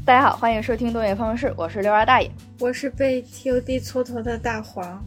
大家好，欢迎收听东野方程式，我是六二大爷， 我是被 TOD 蹉跎的大黄。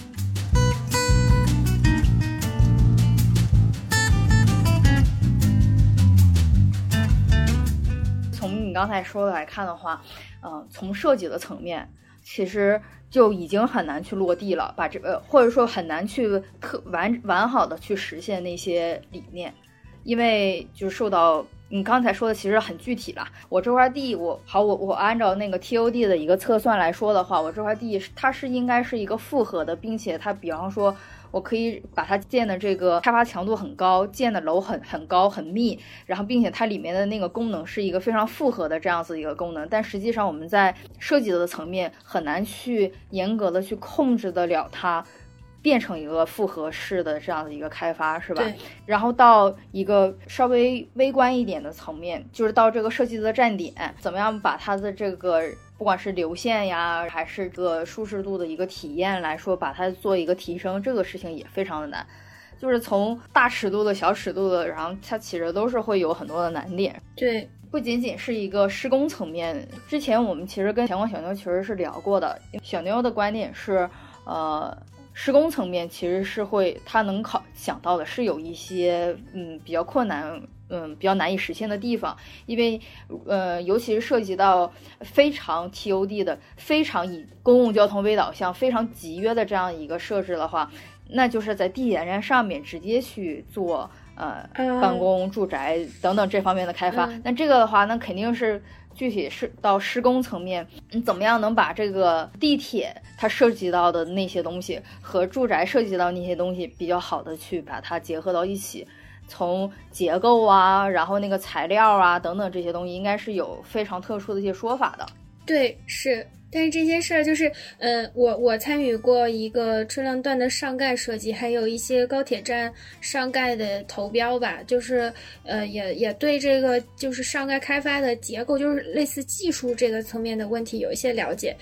从你刚才说的来看的话，从设计的层面，其实就已经很难去落地了，把这或者说很难去完好的去实现那些理念，因为就受到你刚才说的其实很具体了。我这块地，我按照那个 TOD 的一个测算来说的话，我这块地它是应该是一个复合的，并且它比方说我可以把它建的这个开发强度很高，建的楼很高很密，然后并且它里面的那个功能是一个非常复合的这样子一个功能，但实际上我们在设计的层面很难去严格的去控制得了它变成一个复合式的这样的一个开发，是吧？ 对。 然后到一个稍微微观一点的层面，就是到这个设计的站点，怎么样把它的这个不管是流线呀，还是个舒适度的一个体验来说，把它做一个提升，这个事情也非常的难。就是从大尺度的、小尺度的，然后它其实都是会有很多的难点。 对。 不仅仅是一个施工层面，之前我们其实跟小妞其实是聊过的，小妞的观点是，施工层面其实是他能想到的是有一些比较困难，比较难以实现的地方，因为尤其是涉及到非常 TOD 的、非常以公共交通为导向、非常集约的这样一个设置的话，那就是在地铁站上面直接去做办公、住宅等等这方面的开发。那这个的话，那肯定是具体是到施工层面，你怎么样能把这个地铁它涉及到的那些东西和住宅涉及到那些东西比较好的去把它结合到一起，从结构啊，然后那个材料啊等等这些东西，应该是有非常特殊的一些说法的。 对，是。但是这些事儿就是，我参与过一个车辆段的上盖设计，还有一些高铁站上盖的投标吧，就是也对这个就是上盖开发的结构，就是类似技术这个层面的问题有一些了解。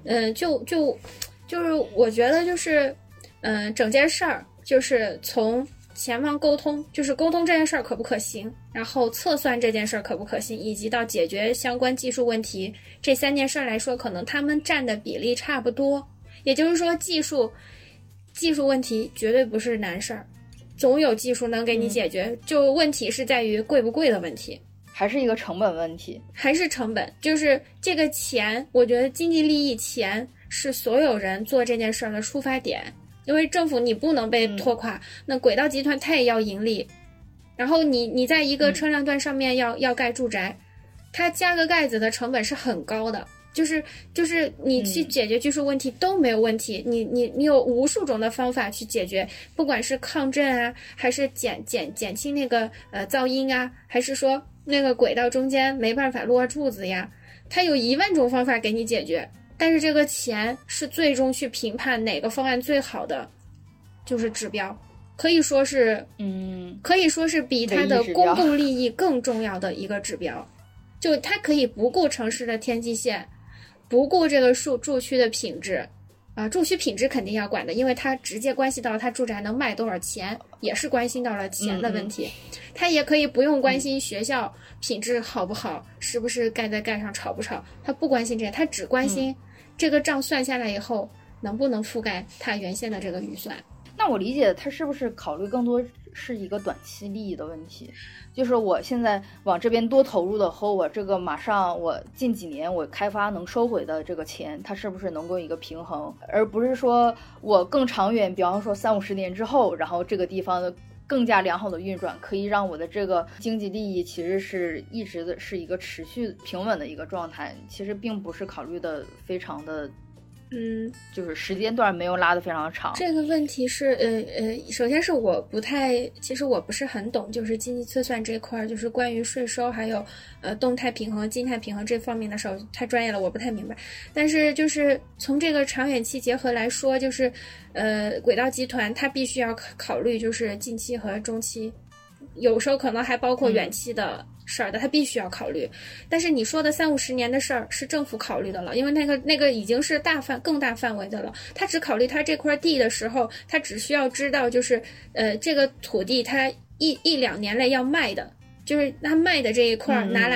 就是我觉得就是整件事儿就是从前方沟通，就是沟通这件事儿可不可行，然后测算这件事儿可不可行，以及到解决相关技术问题，这三件事来说，可能他们占的比例差不多。也就是说，技术问题绝对不是难事儿，总有技术能给你解决。就问题是在于贵不贵的问题， 还是一个成本问题， 还是成本。就是这个钱，我觉得经济利益钱是所有人做这件事儿的出发点。因为政府你不能被拖垮，那轨道集团它也要盈利，然后你在一个车辆段上面要盖住宅，它加个盖子的成本是很高的，就是你去解决技术问题都没有问题，你有无数种的方法去解决，不管是抗震啊，还是减轻那个噪音啊，还是说那个轨道中间没办法落柱子呀，它有10000种方法给你解决。但是这个钱是最终去评判哪个方案最好的，就是指标，可以说是比它的公共利益更重要的一个指标。就它可以不顾城市的天际线，不顾这个住区的品质住区品质肯定要管的，因为它直接关系到它住宅能卖多少钱，也是关心到了钱的问题。它也可以不用关心学校品质好不好，是不是盖在盖上吵不吵，它不关心这些，它只关心这个账算下来以后能不能覆盖它原先的这个预算。 那我理解它是不是考虑更多是一个短期利益的问题，就是我现在往这边多投入的和我这个马上我近几年我开发能收回的这个钱，它是不是能够一个平衡，而不是说我更长远，比方说30-50年之后，然后这个地方的更加良好的运转，可以让我的这个经济利益其实是一直的是一个持续平稳的一个状态，其实并不是考虑的非常的就是时间段没有拉得非常长。 这个问题是首先是其实我不是很懂，就是经济测算这块，就是关于税收还有动态平衡、静态平衡这方面的时候太专业了，我不太明白。但是就是从这个长远期结合来说，就是轨道集团它必须要考虑就是近期和中期，有时候可能还包括远期的事儿的，他必须要考虑。但是你说的30-50年的事儿是政府考虑的了，因为那个已经是更大范围的了。他只考虑他这块地的时候，他只需要知道就是这个土地他1-2年内要卖的，就是他卖的这一块拿来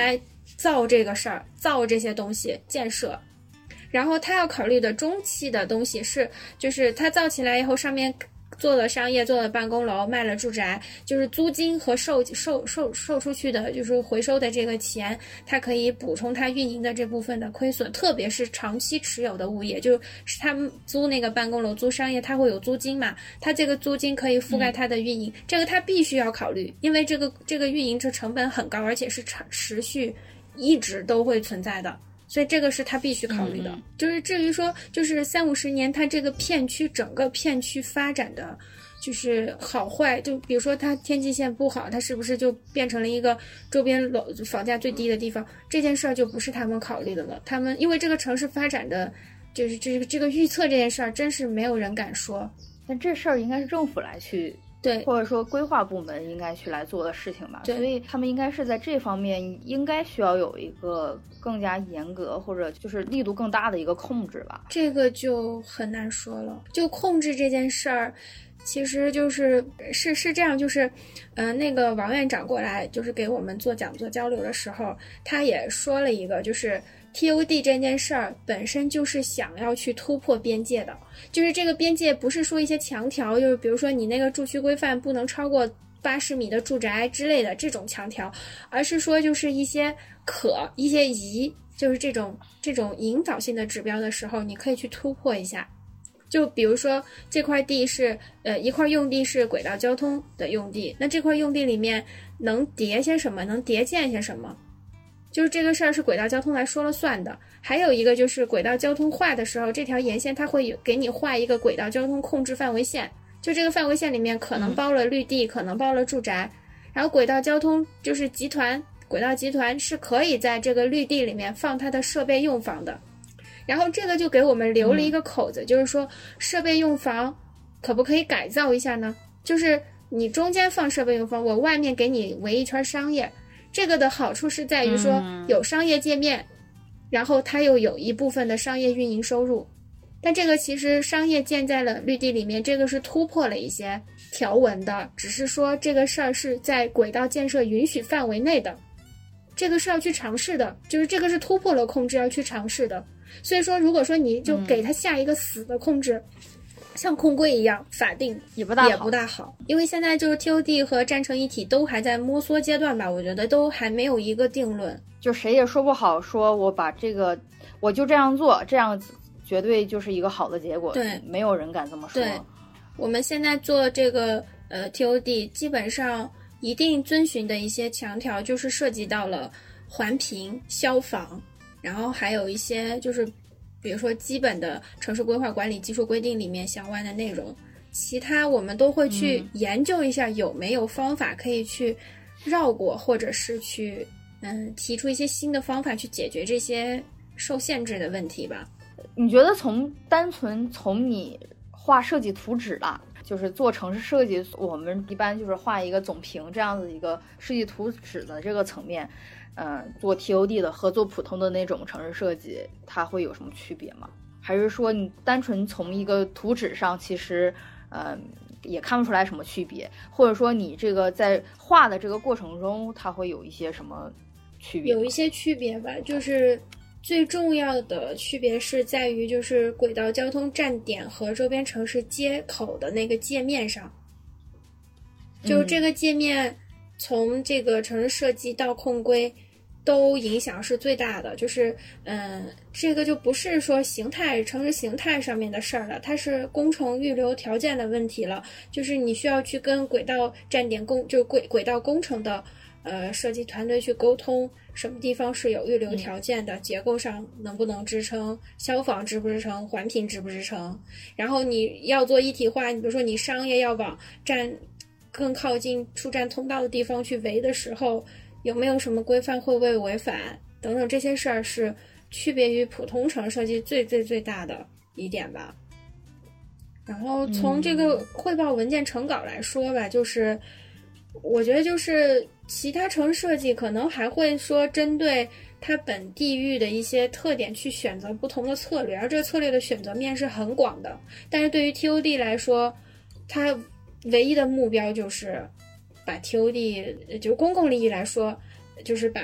造这个事儿，造这些东西建设。然后他要考虑的中期的东西是，就是他造起来以后，上面做了商业，做了办公楼，卖了住宅，就是租金和售出去的，就是回收的这个钱，它可以补充它运营的这部分的亏损。特别是长期持有的物业，就是他们租那个办公楼、租商业，它会有租金嘛，它这个租金可以覆盖它的运营，这个它必须要考虑，因为这个运营这成本很高，而且是持续一直都会存在的。所以这个是他必须考虑的。就是至于说就是30-50年它这个片区整个片区发展的就是好坏，就比如说它天际线不好，它是不是就变成了一个周边房价最低的地方，这件事儿就不是他们考虑的了。他们因为这个城市发展的就是这个预测这件事儿真是没有人敢说， 但这事儿应该是政府来去对， 或者说规划部门应该去来做的事情吧，所以他们应该是在这方面应该需要有一个更加严格或者就是力度更大的一个控制吧。 这个就很难说了，就控制这件事儿其实就是这样，就是那个王院长过来就是给我们做讲座交流的时候，他也说了一个，就是 TOD 这件事儿本身就是想要去突破边界的，就是这个边界不是说一些强条，就是比如说你那个住区规范不能超过80米的住宅之类的这种强条，而是说就是一些宜，就是这种引导性的指标的时候，你可以去突破一下。就比如说这块地是一块用地是轨道交通的用地，那这块用地里面能叠些什么，能叠建些什么，就是这个事儿是轨道交通来说了算的。还有一个就是轨道交通画的时候，这条沿线它会给你画一个轨道交通控制范围线，就这个范围线里面可能包了绿地，可能包了住宅，然后轨道交通就是轨道集团是可以在这个绿地里面放它的设备用房的。然后这个就给我们留了一个口子，就是说设备用房可不可以改造一下呢？就是你中间放设备用房，我外面给你围一圈商业，这个的好处是在于说有商业界面，然后它又有一部分的商业运营收入。但这个其实商业建在了绿地里面，这个是突破了一些条文的，只是说这个事儿是在轨道建设允许范围内的，这个是要去尝试的，就是这个是突破了控制要去尝试的。所以说如果说你就给它下一个死的控制，像空规一样法定也不大好，因为现在就是 TOD 和占城一体都还在摸索阶段吧，我觉得都还没有一个定论， 就谁也说不好说我把这个我就这样做，这样绝对就是一个好的结果， 对， 没有人敢这么说。 对，我们现在做这个TOD 基本上一定遵循的一些强调就是涉及到了环评、消防，然后还有一些就是比如说基本的城市规划管理技术规定里面相关的内容，其他我们都会去研究一下有没有方法可以去绕过，或者是去提出一些新的方法去解决这些受限制的问题吧。 你觉得单纯从你画设计图纸啦，就是做城市设计，我们一般就是画一个总评这样子一个设计图纸的这个层面，做 TOD 的和做普通的那种城市设计，它会有什么区别吗？还是说你单纯从一个图纸上，其实也看不出来什么区别，或者说你这个在画的这个过程中，它会有一些什么区别？ 有一些区别吧，就是最重要的区别是在于就是轨道交通站点和周边城市接口的那个界面上，就这个界面从这个城市设计到控规都影响是最大的，就是这个就不是说城市形态上面的事儿了，它是工程预留条件的问题了，就是你需要去跟轨道站点就是轨道工程的设计团队去沟通，什么地方是有预留条件的，结构上能不能支撑，消防支不支撑，环评支不支撑，然后你要做一体化，你比如说你商业要往更靠近出站通道的地方去围的时候，有没有什么规范会不会违反等等，这些事儿是区别于普通城市设计最大的一点吧。然后从这个汇报文件成稿来说吧，就是我觉得就是其他城市设计可能还会说针对它本地域的一些特点去选择不同的策略，而这个策略的选择面是很广的，但是对于 TOD 来说，它唯一的目标就是把 TOD 就公共利益来说，就是把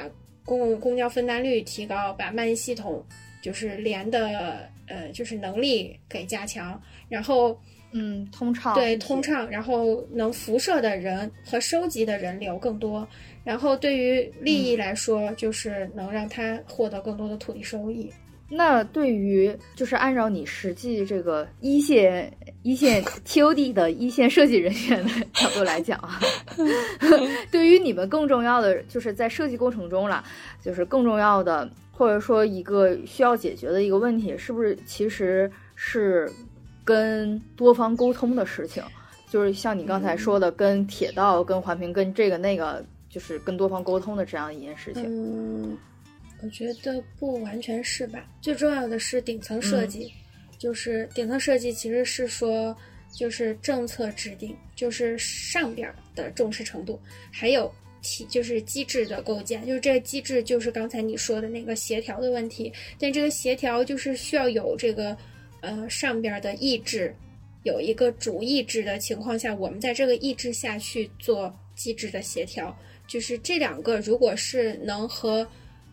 公交分担率提高，把慢系统就是连的就是能力给加强，然后通畅， 对，通畅，然后能辐射的人和收集的人流更多，然后对于利益来说，就是能让他获得更多的土地收益。 那对于就是按照你实际这个一线 TOD 的一线设计人员的角度来讲啊，对于你们更重要的就是在设计过程中啦，就是更重要的或者说一个需要解决的一个问题，是不是其实是跟多方沟通的事情？就是像你刚才说的，跟铁道、跟环评、跟这个那个，就是跟多方沟通的这样一件事情。 我觉得不完全是吧，最重要的是顶层设计，就是顶层设计其实是说就是政策制定，就是上边的重视程度，还有就是机制的构建，就是这个机制就是刚才你说的那个协调的问题，但这个协调就是需要有这个上边的意志，有一个主意志的情况下，我们在这个意志下去做机制的协调，就是这两个如果是能和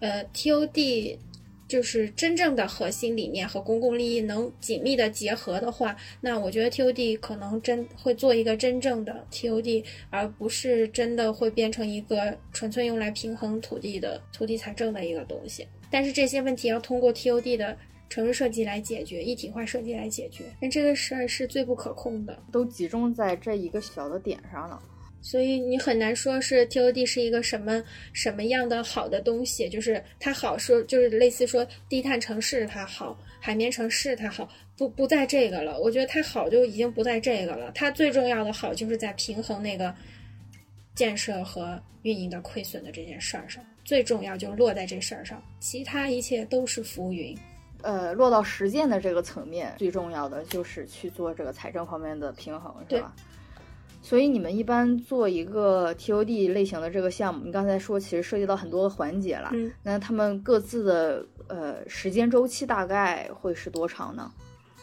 TOD 就是真正的核心理念和公共利益能紧密的结合的话，那我觉得 TOD 可能真会做一个真正的 TOD， 而不是真的会变成一个纯粹用来平衡土地财政的一个东西。但是这些问题要通过 TOD 的城市设计来解决，一体化设计来解决，但这个事儿是最不可控的， 都集中在这一个小的点上了。 所以你很难说是 TOD 是一个什么样的好的东西，就是它好说就是类似说低碳城市它好，海绵城市它好，不在这个了。我觉得它好就已经不在这个了，它最重要的好就是在平衡那个建设和运营的亏损的这件事儿上，最重要就落在这事儿上，其他一切都是浮云。 落到实践的这个层面，最重要的就是去做这个财政方面的平衡，是吧？所以你们一般做一个 TOD 类型的这个项目，你刚才说其实涉及到很多环节了，那他们各自的时间周期大概会是多长呢？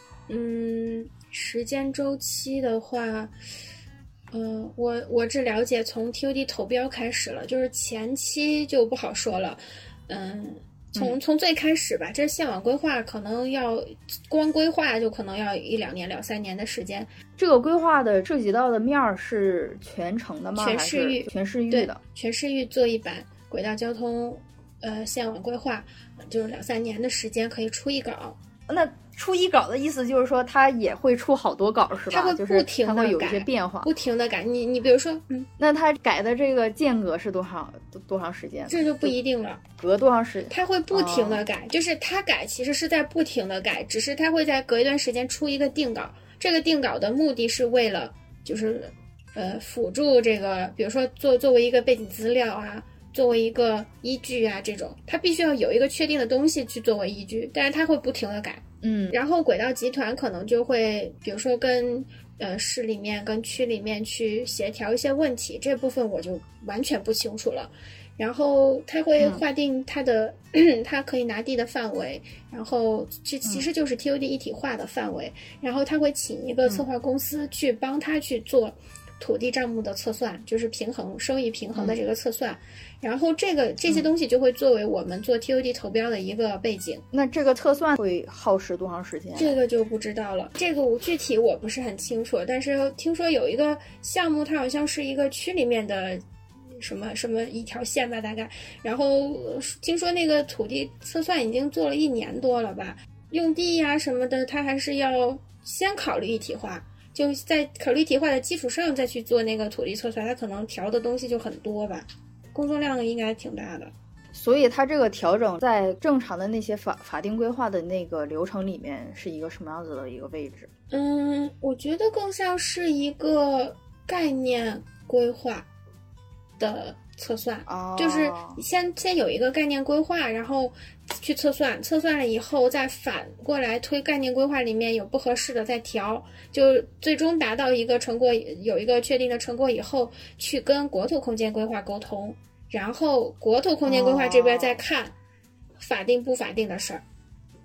时间周期的话，我只了解从 TOD 投标开始了，就是前期就不好说了，从最开始吧，这线网规划可能要光规划就可能要1-2年、2-3年的时间。 这个规划的涉及到的面儿是全程的吗？ 全市域， 全市域的， 全市域做一版轨道交通线网规划，就是2-3年的时间可以出一稿。 那出一稿的意思就是说它也会出好多稿是吧？ 它会不停的改， 它会有一些变化， 不停的改。你比如说， 那它改的这个间隔是多长时间？ 这就不一定了， 隔多长时间？ 它会不停的改，就是它改其实是在不停的改，只是它会在隔一段时间出一个定稿。这个定稿的目的是为了就是辅助这个，比如说作为一个背景资料啊，作为一个依据啊，这种它必须要有一个确定的东西去作为依据，但是它会不停的改。然后轨道集团可能就会比如说跟市里面跟区里面去协调一些问题，这部分我就完全不清楚了。然后它会划定它的它可以拿地的范围，然后这其实就是 TOD 一体化的范围，然后它会请一个策划公司去帮他去做土地账目的测算，就是平衡收益平衡的这个测算，然后这些东西就会作为我们做 TOD 投标的一个背景。 那这个测算会耗时多长时间？ 这个就不知道了，这个具体我不是很清楚，但是听说有一个项目它好像是一个区里面的什么一条线吧大概，然后听说那个土地测算已经做了1年多了吧，用地呀什么的它还是要先考虑一体化，就在考虑一体化的基础上再去做那个土地测算，它可能调的东西就很多吧，工作量应该挺大的。 所以它这个调整在正常的那些法定规划的那个流程里面是一个什么样子的一个位置？ 我觉得更像是一个概念规划的测算，就是先有一个概念规划，然后去测算了以后再反过来推概念规划里面有不合适的再调，就最终达到一个成果，有一个确定的成果以后去跟国土空间规划沟通，然后国土空间规划这边再看法定不法定的事儿。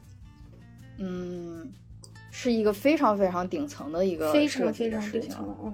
是一个非常非常顶层的一个非常非常顶层的。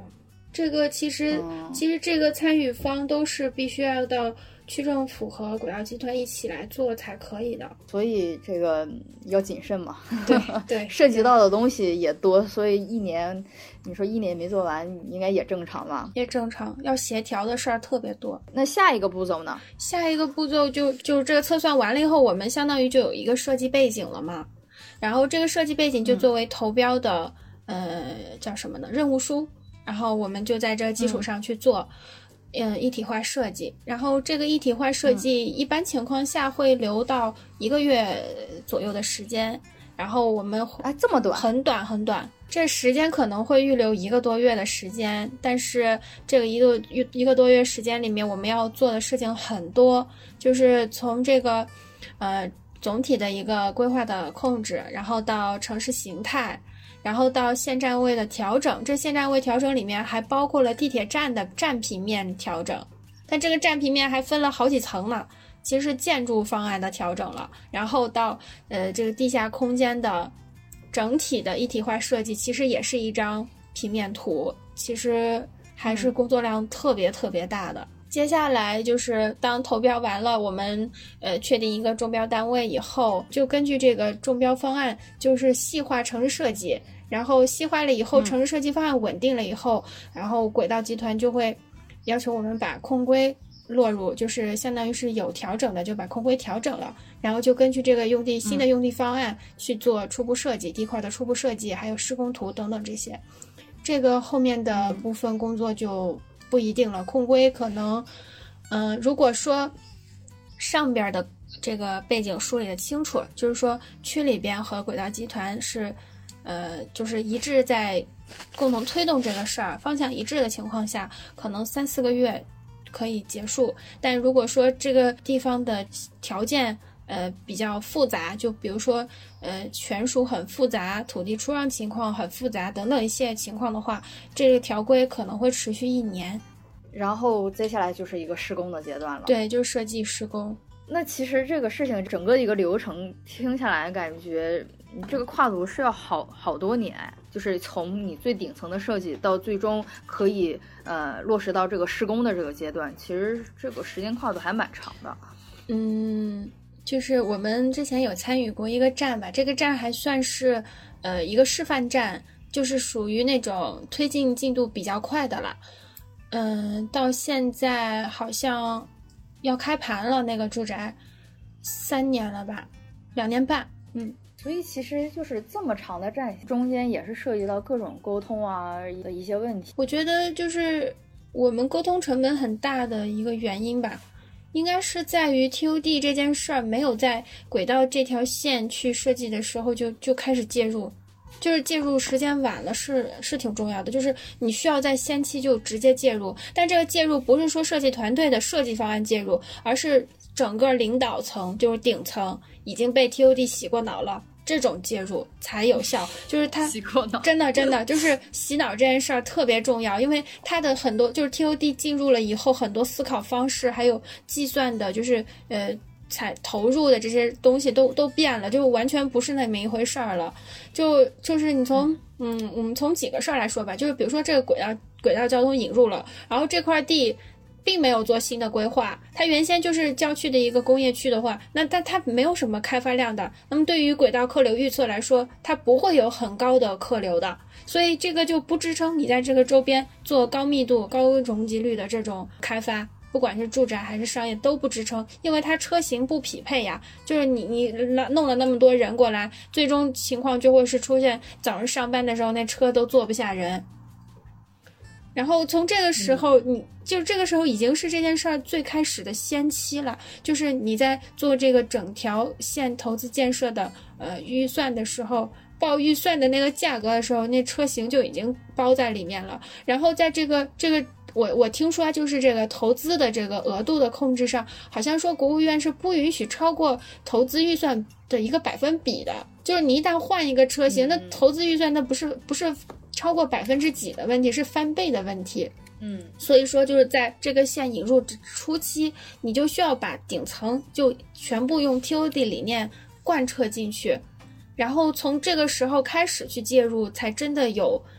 这个其实这个参与方都是必须要到区政府和轨道集团一起来做才可以的， 所以这个要谨慎嘛。 对对， 涉及到的东西也多，所以你说一年没做完，应该也正常吧？ 也正常，要协调的事儿特别多。 那下一个步骤呢？ 下一个步骤就是这个测算完了以后，我们相当于就有一个设计背景了嘛，然后这个设计背景就作为投标的叫什么呢？任务书，然后我们就在这个基础上去做。一体化设计，然后这个一体化设计一般情况下会留到1个月左右的时间，然后我们这么短？ 很短很短，这时间可能会预留1个多月的时间，但是这个一个多月时间里面，我们要做的事情很多，就是从这个总体的一个规划的控制，然后到城市形态。然后到线站位的调整，这线站位调整里面还包括了地铁站的占平面调整，但这个占平面还分了好几层呢，其实是建筑方案的调整了。然后到这个地下空间的整体的一体化设计，其实也是一张平面图，其实还是工作量特别特别大的。接下来就是当投标完了，我们确定一个中标单位以后，就根据这个中标方案，就是细化城市设计，然后细化了以后，城市设计方案稳定了以后，然后轨道集团就会要求我们把空规落入，就是相当于是有调整的就把空规调整了，然后就根据这个新的用地方案去做初步设计，地块的初步设计，还有施工图等等这些。这个后面的部分工作就不一定了，空规可能如果说上边的这个背景梳理的清楚，就是说区里边和轨道集团是就是一致在共同推动这个事儿，方向一致的情况下，可能3-4个月可以结束。但如果说这个地方的条件比较复杂，就比如说权属很复杂，土地出让情况很复杂等等一些情况的话，这个条规可能会持续1年。 然后接下来就是一个施工的阶段了。 对，就是设计施工。 那其实这个事情整个一个流程听下来，感觉你这个跨度是要好多年，就是从你最顶层的设计到最终可以落实到这个施工的这个阶段，其实这个时间跨度还蛮长的。 就是我们之前有参与过一个站吧，这个站还算是一个示范站，就是属于那种推进进度比较快的了。到现在好像要开盘了，那个住宅3年了吧，2年半。 所以其实就是这么长的站，中间也是涉及到各种沟通啊的一些问题。 我觉得就是我们沟通成本很大的一个原因吧，应该是在于 TOD 这件事儿没有在轨道这条线去设计的时候就开始介入，就是介入时间晚了是挺重要的，就是你需要在先期就直接介入，但这个介入不是说设计团队的设计方案介入，而是整个领导层就是顶层已经被 TOD 洗过脑了，这种介入才有效。就是他真的就是洗脑这件事儿特别重要，因为他的很多就是 TOD 进入了以后，很多思考方式还有计算的就是投入的这些东西都变了，就完全不是那么一回事儿了。就是你从我们从几个事儿来说吧，就是比如说这个轨道交通引入了，然后这块地并没有做新的规划，它原先就是郊区的一个工业区的话，那它没有什么开发量的，那么对于轨道客流预测来说，它不会有很高的客流的，所以这个就不支撑你在这个周边做高密度高容积率的这种开发，不管是住宅还是商业都不支撑，因为它车型不匹配呀，就是你弄了那么多人过来，最终情况就会是出现早上上班的时候那车都坐不下人。然后从这个时候这个时候已经是这件事儿最开始的先期了，就是你在做这个整条线投资建设的预算的时候，报预算的那个价格的时候，那车型就已经包在里面了。然后在这个我听说就是这个投资的这个额度的控制上，好像说国务院是不允许超过投资预算的一个百分比的，就是你一旦换一个车型，那投资预算那不是超过几% 的问题，是翻倍的问题。所以说就是在这个线引入初期，你就需要把顶层就全部用 TOD 理念贯彻进去，然后从这个时候开始去介入，才真的有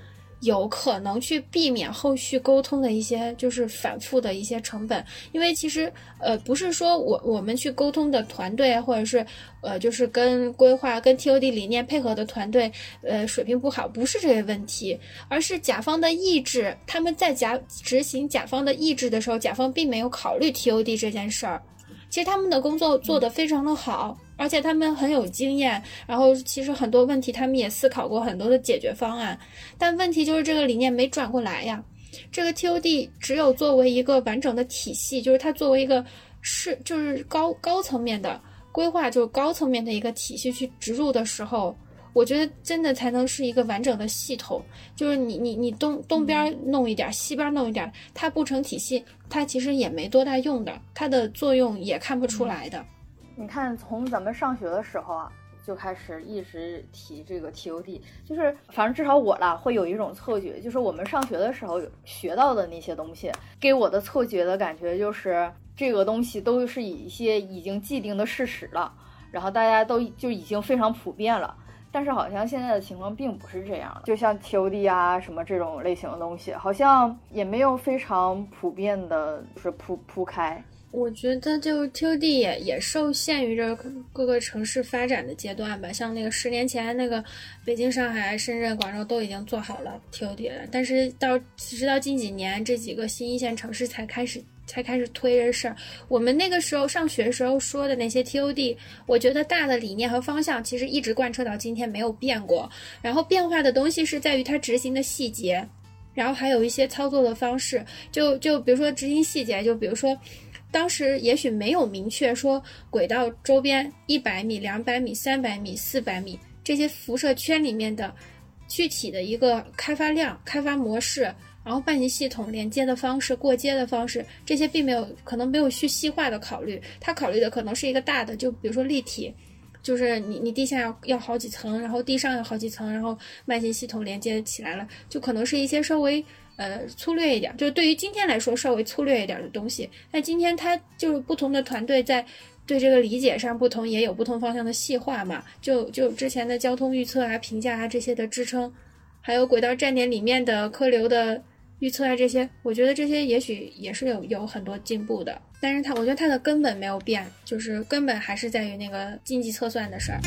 有可能去避免后续沟通的一些就是反复的一些成本。因为其实不是说我们去沟通的团队或者是就是跟规划跟 TOD 理念配合的团队水平不好，不是这个问题，而是甲方的意志，他们在执行甲方的意志的时候，甲方并没有考虑 TOD 这件事儿。其实他们的工作做得非常的好，而且他们很有经验，然后其实很多问题他们也思考过很多的解决方案，但问题就是这个理念没转过来呀。这个 TOD 只有作为一个完整的体系，就是它作为一个就是高层面的规划，就是高层面的一个体系去植入的时候，我觉得真的才能是一个完整的系统。就是你东边弄一点，西边弄一点，它不成体系，它其实也没多大用的，它的作用也看不出来的。 你看，从咱们上学的时候啊，就开始一直提这个 TOD， 就是反正至少我啦会有一种错觉，就是我们上学的时候学到的那些东西，给我的错觉的感觉就是这个东西都是一些已经既定的事实了，然后大家都就已经非常普遍了。但是好像现在的情况并不是这样的，就像 TOD 啊什么这种类型的东西，好像也没有非常普遍的就是铺开。 我觉得就 TOD 也受限于这各个城市发展的阶段吧，像那个10年前那个北京、上海、深圳、广州都已经做好了 TOD 了，但是直到近几年这几个新一线城市才开始推这事儿。我们那个时候上学时候说的那些 TOD， 我觉得大的理念和方向其实一直贯彻到今天没有变过，然后变化的东西是在于它执行的细节，然后还有一些操作的方式，就比如说执行细节，就比如说当时也许没有明确说轨道周边100米、200米、300米、400米这些辐射圈里面的具体的一个开发量、开发模式，然后办行系统连接的方式、过街的方式，这些并没有可能没有去细化的考虑，他考虑的可能是一个大的，就比如说立体，就是你地下要好几层，然后地上要好几层，然后慢行系统连接起来了，就可能是一些稍微粗略一点，就是对于今天来说稍微粗略一点的东西。但今天它就是不同的团队在对这个理解上不同，也有不同方向的细化嘛。就之前的交通预测啊、评价啊这些的支撑，还有轨道站点里面的客流的预测啊这些，我觉得这些也许也是有很多进步的。但是我觉得它的根本没有变，就是根本还是在于那个经济测算的事儿。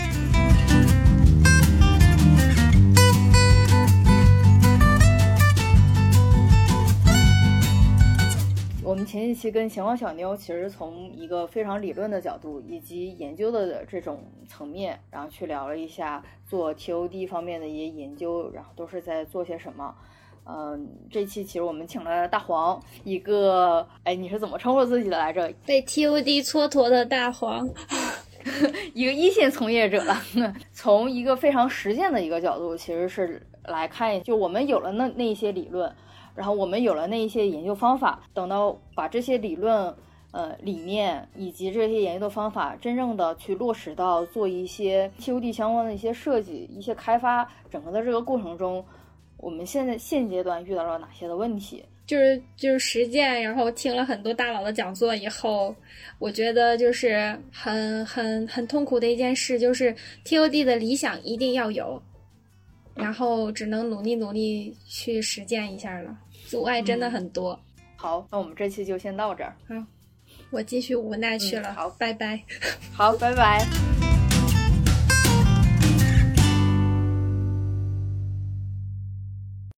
我们前几期跟闲话小妞其实从一个非常理论的角度以及研究的这种层面，然后去聊了一下做 TOD 方面的一些研究，然后都是在做些什么。这期其实我们请了大黄，一个你是怎么称呼自己的来着？ 被 TOD 蹉跎的大黄一个一线从业者了。从一个非常实践的一个角度，其实是来看，就我们有了那一些理论，然后我们有了那一些研究方法，等到把这些理论理念以及这些研究的方法真正的去落实到做一些 TOD 相关的一些设计、一些开发，整个的这个过程中，我们现阶段遇到了哪些的问题？ 就是实践，然后听了很多大佬的讲座以后，我觉得就是很痛苦的一件事，就是 TOD 的理想一定要有，然后只能努力去实践一下了，阻碍真的很多。 好，那我们这期就先到这儿。 好，我继续无奈去了。 好， 拜拜。 好，拜拜。